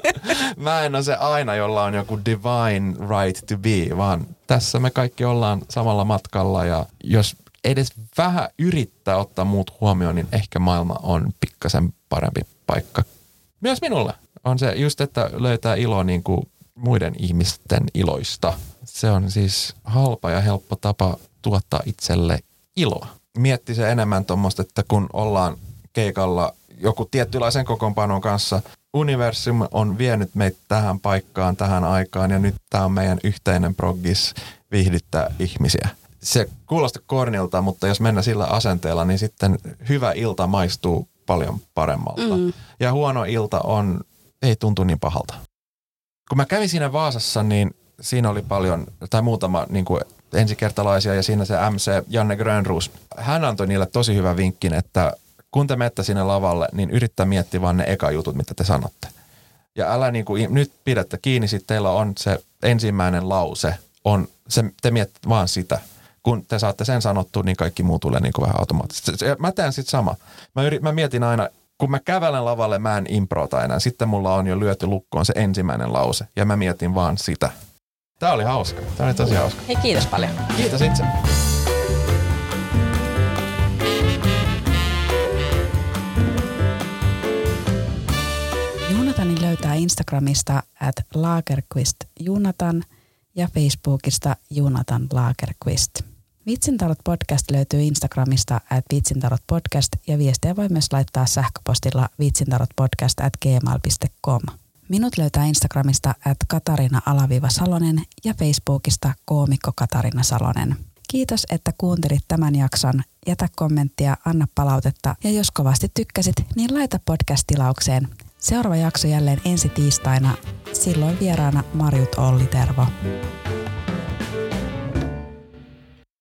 Mä en ole se aina, jolla on joku divine right to be, vaan tässä me kaikki ollaan samalla matkalla ja jos edes vähän yrittää ottaa muut huomioon, niin ehkä maailma on pikkasen parempi paikka. Myös minulle on se just, että löytää ilo niin kuin muiden ihmisten iloista. Se on siis halpa ja helppo tapa tuottaa itselle iloa. Mietti se enemmän tuommoista, että kun ollaan keikalla joku tiettylaisen kokoonpanon kanssa, universum on vienyt meitä tähän paikkaan, tähän aikaan ja nyt tämä on meidän yhteinen proggis viihdyttää ihmisiä. Se kuulostaa kornilta, mutta jos mennään sillä asenteella, niin sitten hyvä ilta maistuu paljon paremmalta. Mm. Ja huono ilta on, ei tuntu niin pahalta. Kun mä kävin siinä Vaasassa, niin siinä oli paljon, tai muutama niin kuin ensikertalaisia ja siinä se M C Janne Grönroos. Hän antoi niille tosi hyvän vinkin, että kun te menette sinne lavalle, niin yrittää miettiä vaan ne eka jutut, mitä te sanotte. Ja älä niin kuin, nyt pidätte kiinni, sitten teillä on se ensimmäinen lause, on se, te miettii vaan sitä. Kun te saatte sen sanottua, niin kaikki muu tulee niin kuin vähän automaattisesti. Mä teen sitten sama. Mä, yrit, mä mietin aina, kun mä kävelen lavalle, mä en improta enää. Sitten mulla on jo lyöty lukkoon se ensimmäinen lause. Ja mä mietin vaan sitä. Tää oli hauska. Tää oli tosi hauska. Hei, kiitos paljon. Kiitos itse. Joonatani löytää Instagramista at Lagerqvist Junatan ja Facebookista Junatan Lagerqvist. Vitsintarot podcast löytyy Instagramista at vitsintarotpodcast ja viestejä voi myös laittaa sähköpostilla vitsintarotpodcast at gmail piste com. Minut löytää Instagramista at Katarina-Salonen ja Facebookista koomikko Katarina Salonen. Kiitos, että kuuntelit tämän jakson. Jätä kommenttia, anna palautetta ja jos kovasti tykkäsit, niin laita podcast-tilaukseen. Seuraava jakso jälleen ensi tiistaina. Silloin vieraana Marjut Olli Tervo.